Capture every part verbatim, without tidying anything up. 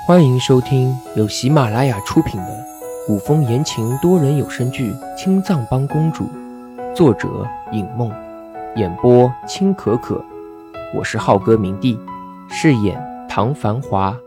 欢迎收听由喜马拉雅出品的古风言情多人有声剧《青藏帮公主》，作者尹梦，演播青可可。我是浩哥明帝，饰演唐繁华。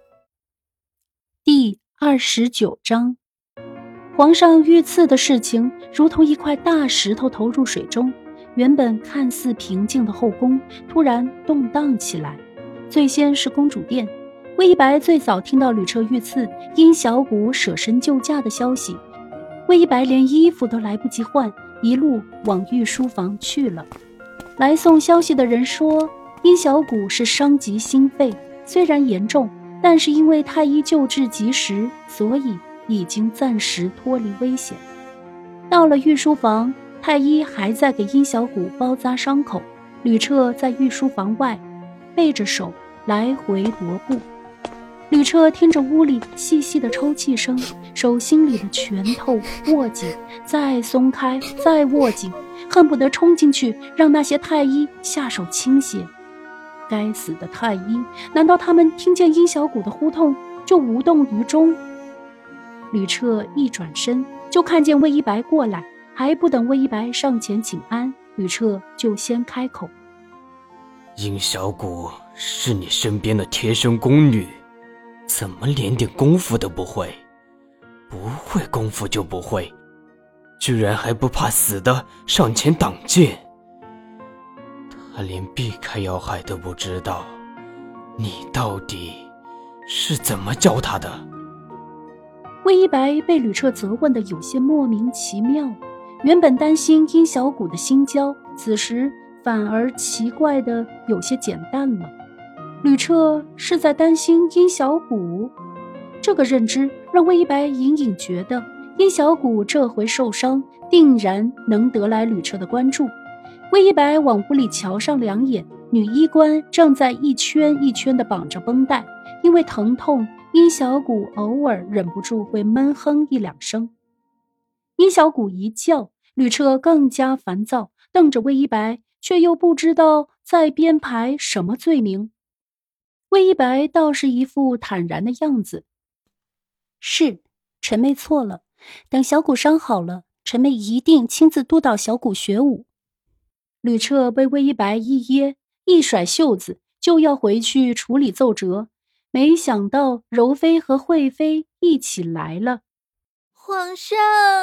第二十九章，皇上遇刺的事情如同一块大石头投入水中，原本看似平静的后宫突然动荡起来。最先是公主殿，魏一白最早听到吕彻遇刺，因小谷舍身救驾的消息，魏一白连衣服都来不及换，一路往御书房去了。来送消息的人说，因小谷是伤及心肺，虽然严重，但是因为太医救治及时，所以已经暂时脱离危险。到了御书房，太医还在给殷小谷包扎伤口，吕彻在御书房外背着手来回踱步。吕彻听着屋里细细的抽泣声，手心里的拳头握紧，再松开，再握紧，恨不得冲进去让那些太医下手轻些。该死的太医，难道他们听见殷小谷的呼痛就无动于衷？吕彻一转身就看见魏一白过来，还不等魏一白上前请安，吕彻就先开口： 殷小谷是你身边的贴身宫女，怎么连点功夫都不会？不会功夫就不会，居然还不怕死的上前挡剑。他连避开要害都不知道，你到底是怎么教他的？ 魏一白被吕彻责问的有些莫名其妙，原本担心殷小谷的心焦，此时反而奇怪的有些简淡了。吕彻是在担心殷小谷？这个认知让魏一白隐隐觉得殷小谷这回受伤定然能得来吕彻的关注。魏一白往屋里瞧上两眼，女医官正在一圈一圈地绑着绷带，因为疼痛，殷小谷偶尔忍不住会闷哼一两声。殷小谷一叫，吕彻更加烦躁，瞪着魏一白，却又不知道在编排什么罪名。魏一白倒是一副坦然的样子：是，臣妹错了，等小谷伤好了，臣妹一定亲自督导小谷学武。吕彻被魏一白一噎，一甩袖子就要回去处理奏折，没想到柔妃和惠妃一起来了。 皇上！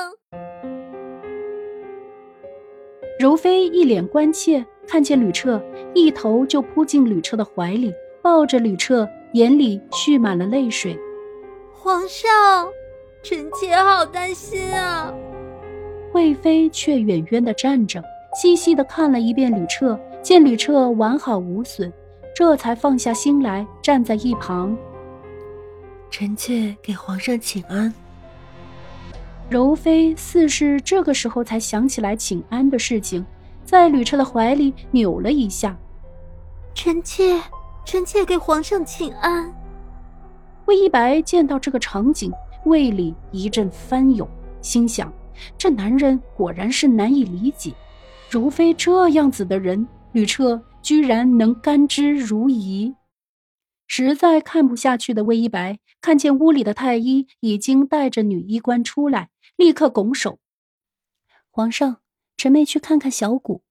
柔妃一脸关切，看见吕彻，一头就扑进吕彻的怀里，抱着吕彻，眼里蓄满了泪水。 皇上，臣妾好担心啊！ 惠妃却远远地站着，细细地看了一遍吕彻，见吕彻完好无损，这才放下心来，站在一旁。 臣妾给皇上请安。 柔妃似是这个时候才想起来请安的事情，在吕彻的怀里扭了一下。 臣妾臣妾给皇上请安。 魏一白见到这个场景，胃里一阵翻涌，心想这男人果然是难以理解，柔妃这样子的人，吕彻居然能甘之如饴。实在看不下去的魏一白看见屋里的太医已经带着女医官出来，立刻拱手：皇上，臣妹去看看小谷。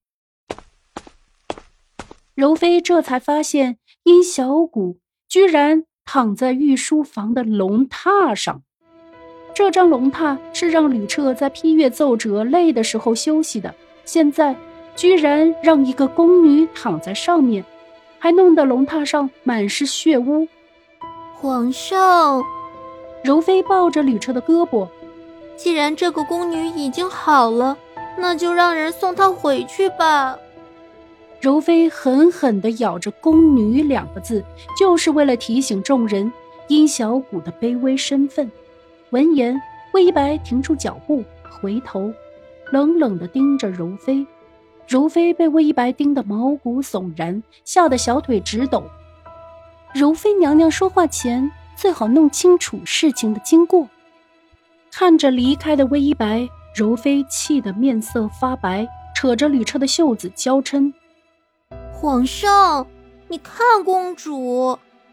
柔妃这才发现殷小谷居然躺在御书房的龙榻上，这张龙榻是让吕彻在批阅奏折累的时候休息的，现在居然让一个宫女躺在上面，还弄得龙榻上满是血污。 皇上！ 柔妃抱着吕彻的胳膊： 既然这个宫女已经好了，那就让人送她回去吧。 柔妃狠狠地咬着宫女两个字，就是为了提醒众人殷小谷的卑微身份。闻言，魏一白停住脚步，回头冷冷地盯着柔妃。柔妃被魏一白盯得毛骨悚然，吓得小腿直抖。柔妃娘娘说话前最好弄清楚事情的经过。看着离开的魏一白，柔妃气得面色发白，扯着吕彻的袖子娇嗔： 皇上，你看公主，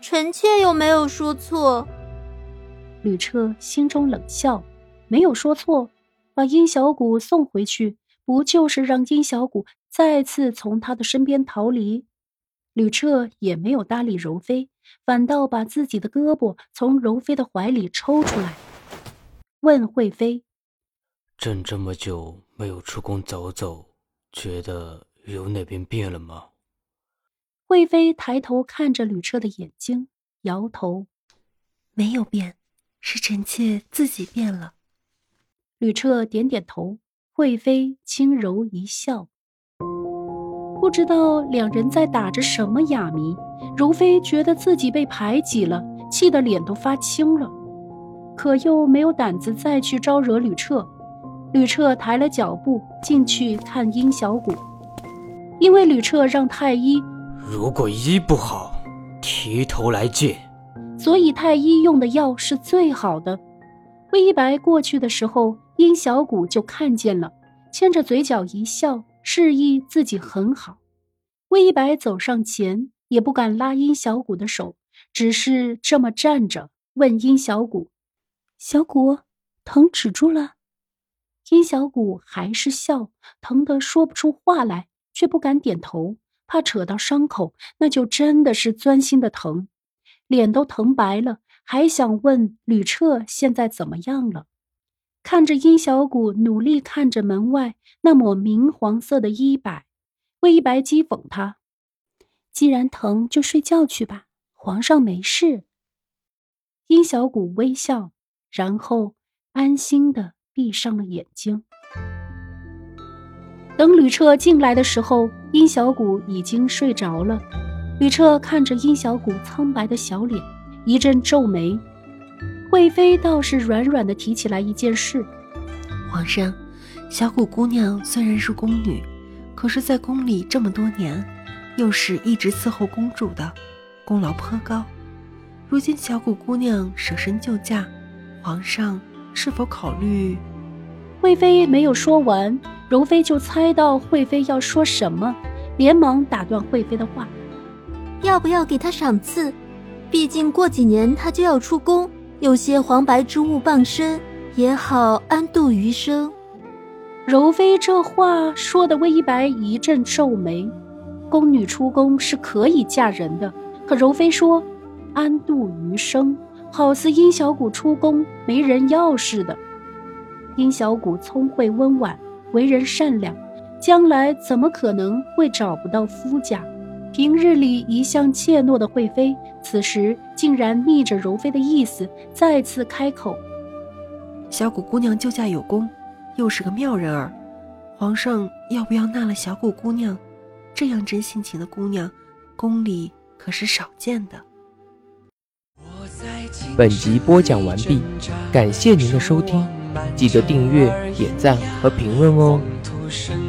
臣妾又没有说错。 吕彻心中冷笑，没有说错，把殷小谷送回去，不就是让殷小谷再次从他的身边逃离？吕彻也没有搭理柔妃，反倒把自己的胳膊从柔妃的怀里抽出来，问惠妃： 朕这么久没有出宫走走，觉得有哪边变了吗？ 惠妃抬头看着吕彻的眼睛，摇头： 没有变，是臣妾自己变了。 吕彻点点头，惠妃轻柔一笑。不知道两人在打着什么哑谜，柔妃觉得自己被排挤了，气得脸都发青了，可又没有胆子再去招惹吕彻。吕彻抬了脚步进去看殷小谷，因为吕彻让太医， 如果医不好，提头来见， 所以太医用的药是最好的。魏一白过去的时候，殷小谷就看见了，牵着嘴角一笑，示意自己很好。魏一白走上前，也不敢拉殷小谷的手，只是这么站着，问殷小谷：小谷，疼止住了？殷小谷还是笑，疼得说不出话来，却不敢点头，怕扯到伤口，那就真的是钻心的疼，脸都疼白了，还想问吕彻现在怎么样了。看着殷小谷努力看着门外那抹明黄色的衣摆，魏一白讥讽他：既然疼就睡觉去吧，皇上没事。殷小谷微笑，然后安心地闭上了眼睛。等吕彻进来的时候，殷小谷已经睡着了。吕彻看着殷小谷苍白的小脸，一阵皱眉。惠妃倒是软软地提起来一件事： 皇上，小谷姑娘虽然是宫女，可是在宫里这么多年，又是一直伺候公主的，功劳颇高。如今小谷姑娘舍身救驾，皇上是否考虑…… 惠妃没有说完，柔妃就猜到惠妃要说什么，连忙打断惠妃的话： 要不要给她赏赐？毕竟过几年她就要出宫，有些黄白之物傍身，也好安度余生。 柔妃这话说的魏一白一阵皱眉。宫女出宫是可以嫁人的，可柔妃说安度余生，好似殷小谷出宫没人要似的。殷小谷聪慧温婉，为人善良，将来怎么可能会找不到夫家？平日里一向怯懦的惠妃，此时竟然逆着柔妃的意思，再次开口： 小谷姑娘救驾有功，又是个妙人儿，皇上要不要纳了小谷姑娘？这样真性情的姑娘，宫里可是少见的。 本集播讲完毕，感谢您的收听，记得订阅、点赞和评论哦。